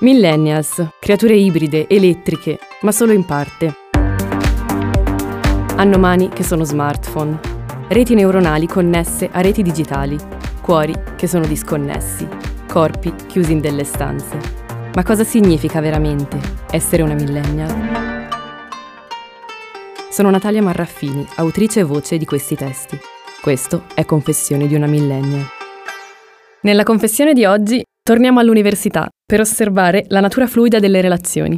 Millennials, creature ibride, elettriche, ma solo in parte. Hanno mani che sono smartphone, reti neuronali connesse a reti digitali, cuori che sono disconnessi, corpi chiusi in delle stanze. Ma cosa significa veramente essere una millennial? Sono Natalia Marraffini, autrice e voce di questi testi. Questo è Confessione di una millennial. Nella confessione di oggi torniamo all'università per osservare la natura fluida delle relazioni.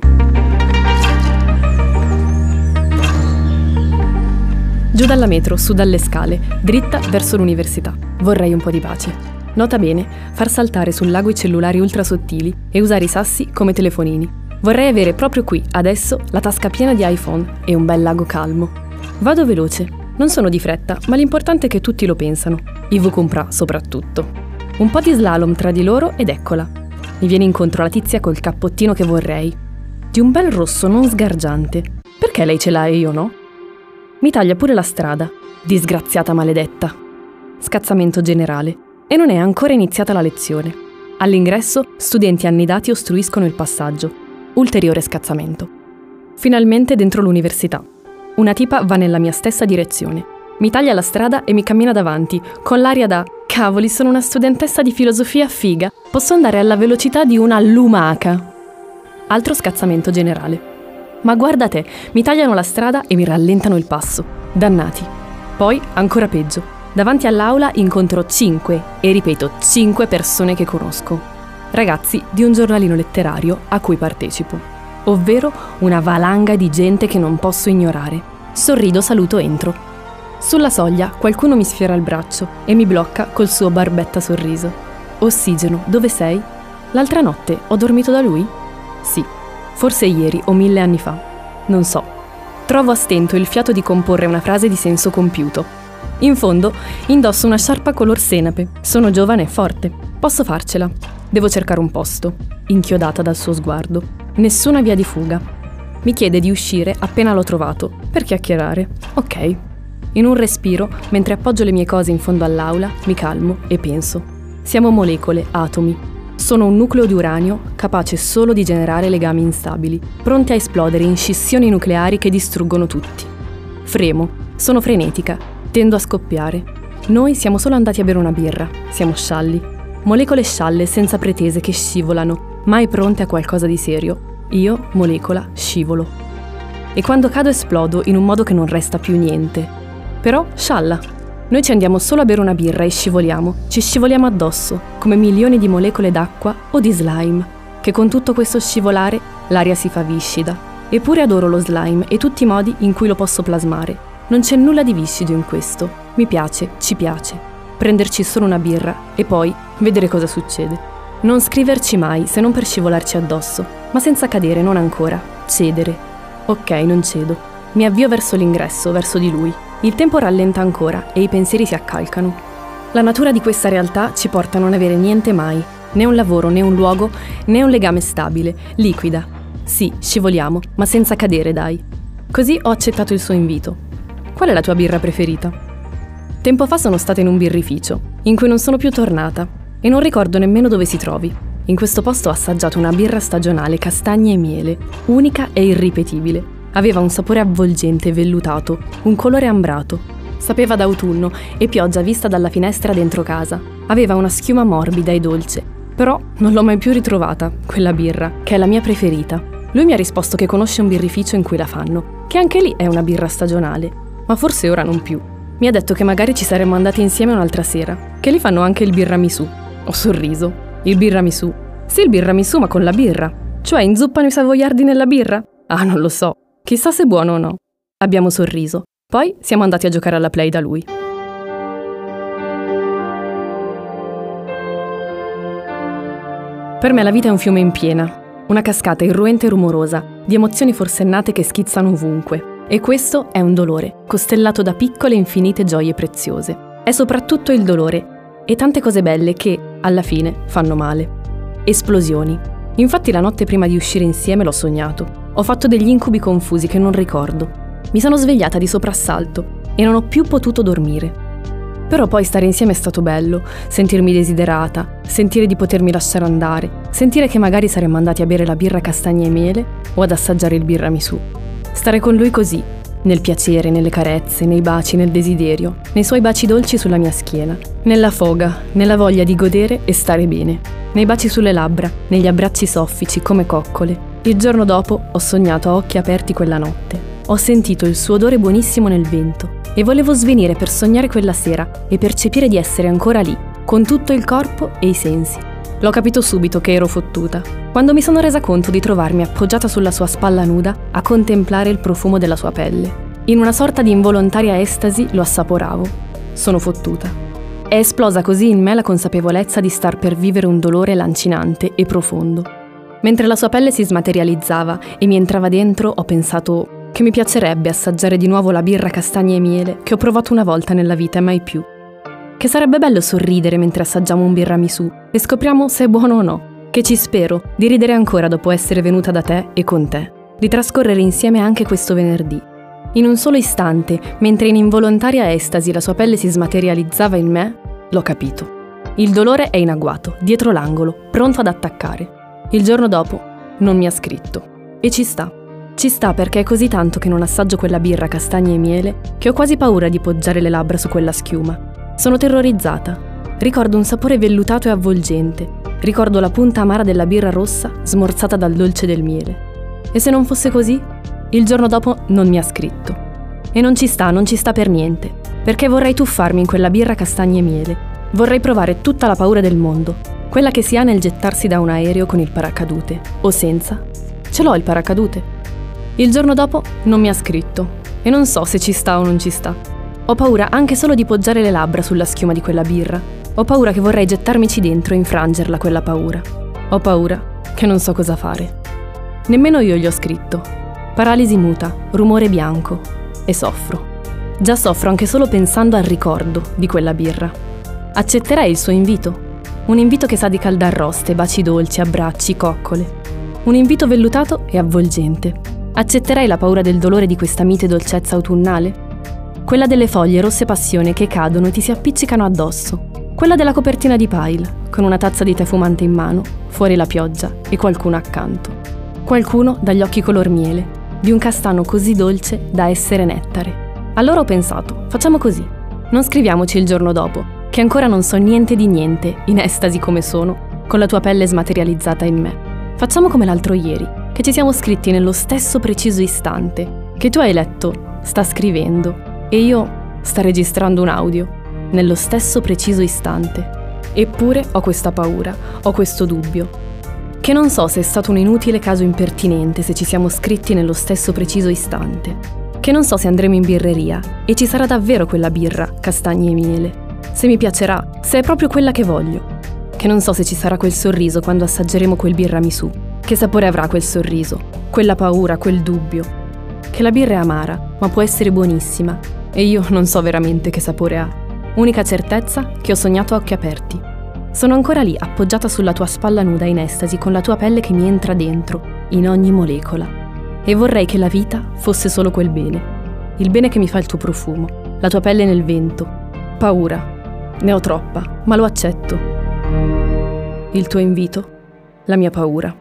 Giù dalla metro, su dalle scale, dritta verso l'università. Vorrei un po' di pace. Nota bene, far saltare sul lago i cellulari ultra sottili e usare i sassi come telefonini. Vorrei avere proprio qui, adesso, la tasca piena di iPhone e un bel lago calmo. Vado veloce, non sono di fretta, ma l'importante è che tutti lo pensano. Ivo Compra soprattutto. Un po' di slalom tra di loro ed eccola. Mi viene incontro la tizia col cappottino che vorrei. Di un bel rosso non sgargiante. Perché lei ce l'ha e io no? Mi taglia pure la strada. Disgraziata maledetta. Scazzamento generale. E non è ancora iniziata la lezione. All'ingresso, studenti annidati ostruiscono il passaggio. Ulteriore scazzamento. Finalmente dentro l'università. Una tipa va nella mia stessa direzione. Mi taglia la strada e mi cammina davanti, con l'aria da «Cavoli, sono una studentessa di filosofia figa, posso andare alla velocità di una lumaca». Altro scazzamento generale. Ma guarda te, mi tagliano la strada e mi rallentano il passo. Dannati. Poi, ancora peggio, davanti all'aula incontro 5 persone che conosco. Ragazzi di un giornalino letterario a cui partecipo. Ovvero una valanga di gente che non posso ignorare. Sorrido, saluto, entro. Sulla soglia qualcuno mi sfiora il braccio e mi blocca col suo barbetta sorriso. Ossigeno, dove sei? L'altra notte ho dormito da lui? Sì, forse ieri o 1000 anni fa. Non so. Trovo a stento il fiato di comporre una frase di senso compiuto. In fondo, indosso una sciarpa color senape. Sono giovane e forte. Posso farcela. Devo cercare un posto. Inchiodata dal suo sguardo. Nessuna via di fuga. Mi chiede di uscire appena l'ho trovato, per chiacchierare. Ok. In un respiro, mentre appoggio le mie cose in fondo all'aula, mi calmo e penso. Siamo molecole, atomi. Sono un nucleo di uranio capace solo di generare legami instabili, pronti a esplodere in scissioni nucleari che distruggono tutti. Fremo, sono frenetica, tendo a scoppiare. Noi siamo solo andati a bere una birra, siamo scialli. Molecole scialle senza pretese che scivolano, mai pronte a qualcosa di serio. Io, molecola, scivolo. E quando cado esplodo in un modo che non resta più niente. Però, scialla. Noi ci andiamo solo a bere una birra e scivoliamo. Ci scivoliamo addosso, come milioni di molecole d'acqua o di slime, che con tutto questo scivolare l'aria si fa viscida. Eppure adoro lo slime e tutti i modi in cui lo posso plasmare. Non c'è nulla di viscido in questo. Mi piace, ci piace. Prenderci solo una birra e poi vedere cosa succede. Non scriverci mai, se non per scivolarci addosso, ma senza cadere, non ancora. Cedere. Ok, non cedo. Mi avvio verso l'ingresso, verso di lui. Il tempo rallenta ancora e i pensieri si accalcano. La natura di questa realtà ci porta a non avere niente mai, né un lavoro, né un luogo, né un legame stabile, liquida. Sì, scivoliamo, ma senza cadere, dai. Così ho accettato il suo invito. Qual è la tua birra preferita? Tempo fa sono stata in un birrificio, in cui non sono più tornata, e non ricordo nemmeno dove si trovi. In questo posto ho assaggiato una birra stagionale castagne e miele, unica e irripetibile. Aveva un sapore avvolgente e vellutato, un colore ambrato. Sapeva d'autunno e pioggia vista dalla finestra dentro casa. Aveva una schiuma morbida e dolce. Però non l'ho mai più ritrovata, quella birra, che è la mia preferita. Lui mi ha risposto che conosce un birrificio in cui la fanno, che anche lì è una birra stagionale. Ma forse ora non più. Mi ha detto che magari ci saremmo andati insieme un'altra sera, che lì fanno anche il birramisù. Ho sorriso. Il birramisù? Sì, il birramisù, ma con la birra. Cioè inzuppano i savoiardi nella birra? Ah, non lo so. Chissà se è buono o no. Abbiamo sorriso. Poi siamo andati a giocare alla Play da lui. Per me la vita è un fiume in piena, una cascata irruente e rumorosa, di emozioni forsennate che schizzano ovunque. E questo è un dolore, costellato da piccole e infinite gioie preziose. È soprattutto il dolore e tante cose belle che, alla fine, fanno male. Esplosioni. Infatti la notte prima di uscire insieme l'ho sognato. Ho fatto degli incubi confusi che non ricordo. Mi sono svegliata di soprassalto e non ho più potuto dormire. Però poi stare insieme è stato bello, sentirmi desiderata, sentire di potermi lasciare andare, sentire che magari saremmo andati a bere la birra castagna e miele o ad assaggiare il birramisù. Stare con lui così, nel piacere, nelle carezze, nei baci, nel desiderio, nei suoi baci dolci sulla mia schiena, nella foga, nella voglia di godere e stare bene, nei baci sulle labbra, negli abbracci soffici come coccole. Il giorno dopo ho sognato a occhi aperti quella notte. Ho sentito il suo odore buonissimo nel vento e volevo svenire per sognare quella sera e percepire di essere ancora lì, con tutto il corpo e i sensi. L'ho capito subito che ero fottuta, quando mi sono resa conto di trovarmi appoggiata sulla sua spalla nuda a contemplare il profumo della sua pelle. In una sorta di involontaria estasi lo assaporavo. Sono fottuta. È esplosa così in me la consapevolezza di star per vivere un dolore lancinante e profondo. Mentre la sua pelle si smaterializzava e mi entrava dentro, ho pensato che mi piacerebbe assaggiare di nuovo la birra castagna e miele che ho provato una volta nella vita e mai più. Che sarebbe bello sorridere mentre assaggiamo un birramisù e scopriamo se è buono o no. Che ci spero di ridere ancora dopo essere venuta da te e con te. Di trascorrere insieme anche questo venerdì. In un solo istante, mentre in involontaria estasi la sua pelle si smaterializzava in me, l'ho capito. Il dolore è in agguato, dietro l'angolo, pronto ad attaccare. Il giorno dopo non mi ha scritto. E ci sta. Ci sta perché è così tanto che non assaggio quella birra castagna e miele che ho quasi paura di poggiare le labbra su quella schiuma. Sono terrorizzata. Ricordo un sapore vellutato e avvolgente. Ricordo la punta amara della birra rossa smorzata dal dolce del miele. E se non fosse così? Il giorno dopo non mi ha scritto. E non ci sta per niente. Perché vorrei tuffarmi in quella birra castagna e miele. Vorrei provare tutta la paura del mondo. Quella che si ha nel gettarsi da un aereo con il paracadute. O senza. Ce l'ho il paracadute. Il giorno dopo non mi ha scritto. E non so se ci sta o non ci sta. Ho paura anche solo di poggiare le labbra sulla schiuma di quella birra. Ho paura che vorrei gettarmici dentro e infrangerla quella paura. Ho paura che non so cosa fare. Nemmeno io gli ho scritto. Paralisi muta, rumore bianco. E soffro. Già soffro anche solo pensando al ricordo di quella birra. Accetterei il suo invito? Un invito che sa di caldarroste, baci dolci, abbracci, coccole. Un invito vellutato e avvolgente. Accetterei la paura del dolore di questa mite dolcezza autunnale? Quella delle foglie rosse passione che cadono e ti si appiccicano addosso. Quella della copertina di Pile, con una tazza di tè fumante in mano, fuori la pioggia e qualcuno accanto. Qualcuno dagli occhi color miele, di un castano così dolce da essere nettare. Allora ho pensato, facciamo così. Non scriviamoci il giorno dopo, che ancora non so niente di niente, in estasi come sono, con la tua pelle smaterializzata in me. Facciamo come l'altro ieri, che ci siamo scritti nello stesso preciso istante, che tu hai letto, sta scrivendo, e io sta registrando un audio, nello stesso preciso istante. Eppure ho questa paura, ho questo dubbio, che non so se è stato un inutile caso impertinente se ci siamo scritti nello stesso preciso istante, che non so se andremo in birreria e ci sarà davvero quella birra, castagne e miele, se mi piacerà, se è proprio quella che voglio, che non so se ci sarà quel sorriso quando assaggeremo quel birramisù, che sapore avrà quel sorriso, quella paura, quel dubbio, che la birra è amara, ma può essere buonissima, e io non so veramente che sapore ha. Unica certezza che ho sognato a occhi aperti. Sono ancora lì, appoggiata sulla tua spalla nuda in estasi, con la tua pelle che mi entra dentro, in ogni molecola. E vorrei che la vita fosse solo quel bene. Il bene che mi fa il tuo profumo, la tua pelle nel vento. Paura. Ne ho troppa, ma lo accetto. Il tuo invito, la mia paura.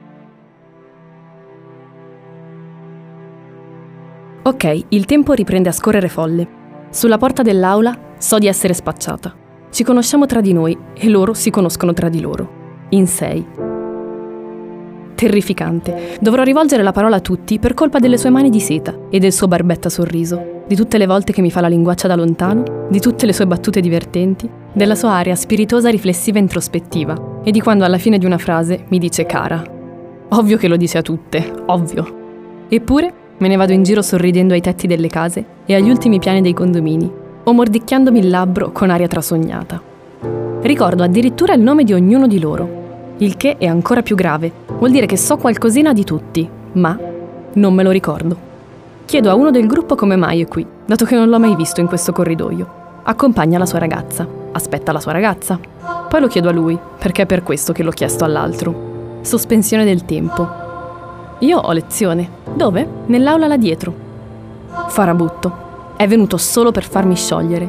Ok, il tempo riprende a scorrere folle. Sulla porta dell'aula so di essere spacciata. Ci conosciamo tra di noi e loro si conoscono tra di loro. In 6. Terrificante. Dovrò rivolgere la parola a tutti per colpa delle sue mani di seta e del suo barbetta sorriso, di tutte le volte che mi fa la linguaccia da lontano, di tutte le sue battute divertenti, della sua aria spiritosa, riflessiva e introspettiva, e di quando alla fine di una frase mi dice cara. Ovvio che lo dice a tutte, ovvio. Eppure me ne vado in giro sorridendo ai tetti delle case e agli ultimi piani dei condomini, o mordicchiandomi il labbro con aria trasognata. Ricordo addirittura il nome di ognuno di loro, il che è ancora più grave, vuol dire che so qualcosina di tutti, ma non me lo ricordo. Chiedo a uno del gruppo come mai è qui, dato che non l'ho mai visto in questo corridoio. Accompagna la sua ragazza, aspetta la sua ragazza. Poi lo chiedo a lui, perché è per questo che l'ho chiesto all'altro. Sospensione del tempo. Io ho lezione. Dove? Nell'aula là dietro. Farabutto. È venuto solo per farmi sciogliere.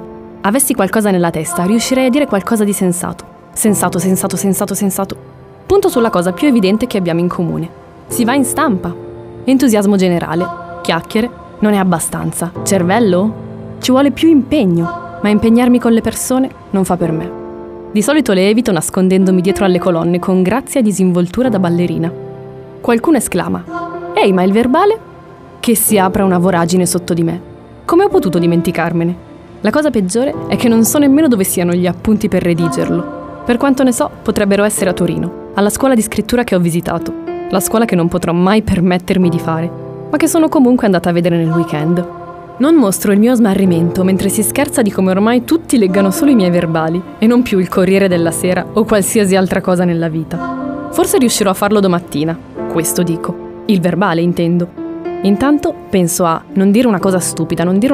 Avessi qualcosa nella testa, riuscirei a dire qualcosa di sensato. Sensato. Punto sulla cosa più evidente che abbiamo in comune. Si va in stampa. Entusiasmo generale. Chiacchiere. Non è abbastanza. Cervello? Ci vuole più impegno, ma impegnarmi con le persone non fa per me. Di solito le evito nascondendomi dietro alle colonne con grazia e disinvoltura da ballerina. Qualcuno esclama: «Ehi, ma il verbale?» Che si apra una voragine sotto di me. Come ho potuto dimenticarmene? La cosa peggiore è che non so nemmeno dove siano gli appunti per redigerlo. Per quanto ne so, potrebbero essere a Torino, alla scuola di scrittura che ho visitato, la scuola che non potrò mai permettermi di fare, ma che sono comunque andata a vedere nel weekend. Non mostro il mio smarrimento mentre si scherza di come ormai tutti leggano solo i miei verbali e non più il Corriere della Sera o qualsiasi altra cosa nella vita. Forse riuscirò a farlo domattina, questo dico. Il verbale, intendo. Intanto penso a non dire una cosa stupida, non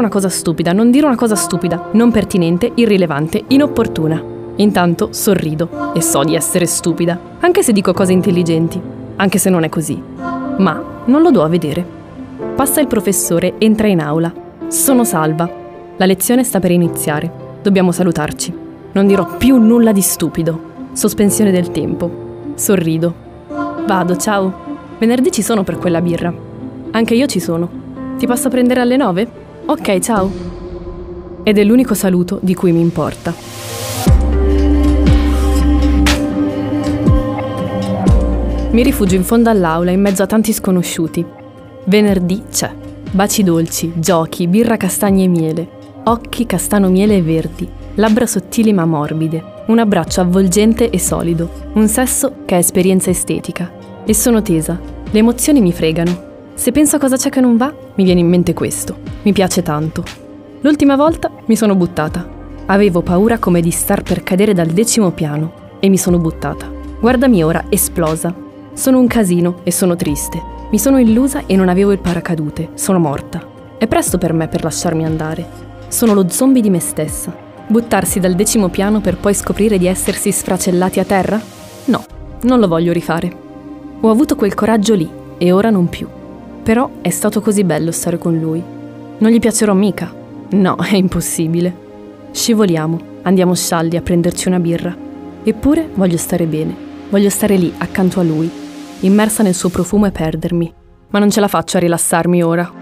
pertinente, irrilevante, inopportuna. Intanto sorrido e so di essere stupida, anche se dico cose intelligenti, anche se non è così. Ma non lo do a vedere. Passa il professore, entra in aula. Sono salva. La lezione sta per iniziare. Dobbiamo salutarci. Non dirò più nulla di stupido. Sospensione del tempo. Sorrido. Vado, ciao. Venerdì ci sono per quella birra. Anche io ci sono. Ti passo a prendere alle 9? Ok, ciao. Ed è l'unico saluto di cui mi importa. Mi rifugio in fondo all'aula in mezzo a tanti sconosciuti. Venerdì c'è. Baci dolci, giochi, birra castagne e miele. Occhi castano miele e verdi. Labbra sottili ma morbide. Un abbraccio avvolgente e solido. Un sesso che è esperienza estetica. E sono tesa. Le emozioni mi fregano. Se penso a cosa c'è che non va, mi viene in mente questo. Mi piace tanto. L'ultima volta mi sono buttata. Avevo paura come di star per cadere dal 10° piano e mi sono buttata. Guardami ora, esplosa. Sono un casino e sono triste. Mi sono illusa e non avevo il paracadute. Sono morta. È presto per me per lasciarmi andare. Sono lo zombie di me stessa. Buttarsi dal 10° piano per poi scoprire di essersi sfracellati a terra? No, non lo voglio rifare. Ho avuto quel coraggio lì e ora non più. Però è stato così bello stare con lui. Non gli piacerò mica. No, è impossibile. Scivoliamo, andiamo scialli a prenderci una birra. Eppure voglio stare bene. Voglio stare lì, accanto a lui, immersa nel suo profumo e perdermi. Ma non ce la faccio a rilassarmi ora.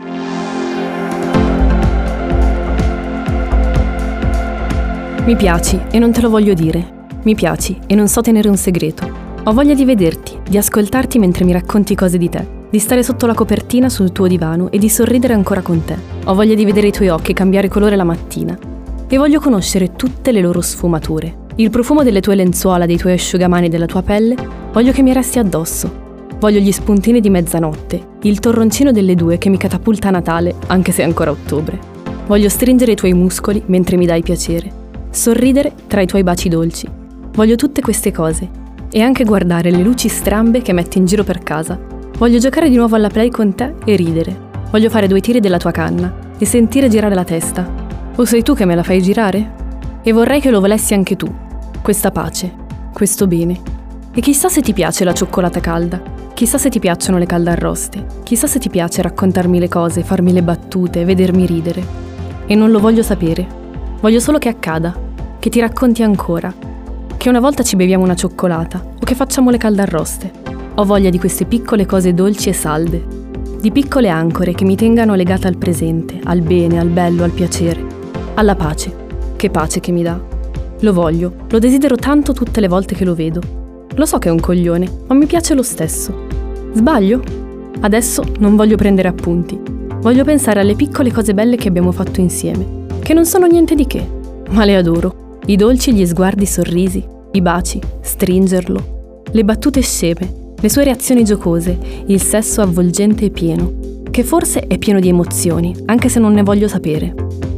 Mi piaci e non te lo voglio dire. Mi piaci e non so tenere un segreto. Ho voglia di vederti, di ascoltarti mentre mi racconti cose di te. Di stare sotto la copertina sul tuo divano e di sorridere ancora con te. Ho voglia di vedere i tuoi occhi cambiare colore la mattina. E voglio conoscere tutte le loro sfumature. Il profumo delle tue lenzuola, dei tuoi asciugamani e della tua pelle, voglio che mi resti addosso. Voglio gli spuntini di mezzanotte, il torroncino delle 2 che mi catapulta a Natale, anche se è ancora ottobre. Voglio stringere i tuoi muscoli mentre mi dai piacere. Sorridere tra i tuoi baci dolci. Voglio tutte queste cose. E anche guardare le luci strambe che metti in giro per casa. Voglio giocare di nuovo alla play con te e ridere. Voglio fare 2 tiri della tua canna e sentire girare la testa. O sei tu che me la fai girare? E vorrei che lo volessi anche tu. Questa pace, questo bene. E chissà se ti piace la cioccolata calda. Chissà se ti piacciono le caldarroste. Chissà se ti piace raccontarmi le cose, farmi le battute, vedermi ridere. E non lo voglio sapere. Voglio solo che accada. Che ti racconti ancora. Che una volta ci beviamo una cioccolata o che facciamo le caldarroste. Ho voglia di queste piccole cose dolci e salde, di piccole ancore che mi tengano legata al presente, al bene, al bello, al piacere, alla pace. Che pace che mi dà. Lo voglio, lo desidero tanto tutte le volte che lo vedo. Lo so che è un coglione, ma mi piace lo stesso. Sbaglio? Adesso non voglio prendere appunti. Voglio pensare alle piccole cose belle che abbiamo fatto insieme, che non sono niente di che, ma le adoro. I dolci, gli sguardi, i sorrisi, i baci, stringerlo, le battute sceme, le sue reazioni giocose, il sesso avvolgente e pieno, che forse è pieno di emozioni, anche se non ne voglio sapere.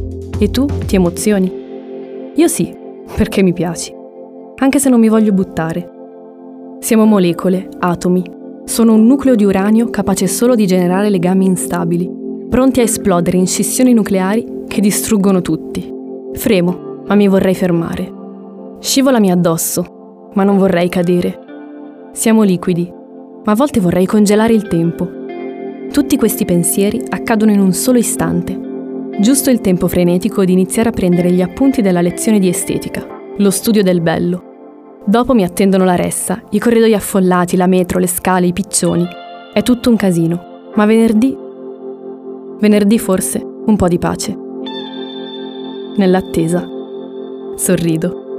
E tu ti emozioni? Io sì, perché mi piaci, anche se non mi voglio buttare. Siamo molecole, atomi. Sono un nucleo di uranio capace solo di generare legami instabili, pronti a esplodere in scissioni nucleari che distruggono tutti. Fremo, ma mi vorrei fermare. Scivolami addosso, ma non vorrei cadere. Siamo liquidi, ma a volte vorrei congelare il tempo. Tutti questi pensieri accadono in un solo istante. Giusto il tempo frenetico di iniziare a prendere gli appunti della lezione di estetica, lo studio del bello. Dopo mi attendono la ressa, i corridoi affollati, la metro, le scale, i piccioni. È tutto un casino. Ma venerdì? Venerdì forse un po' di pace. Nell'attesa, sorrido.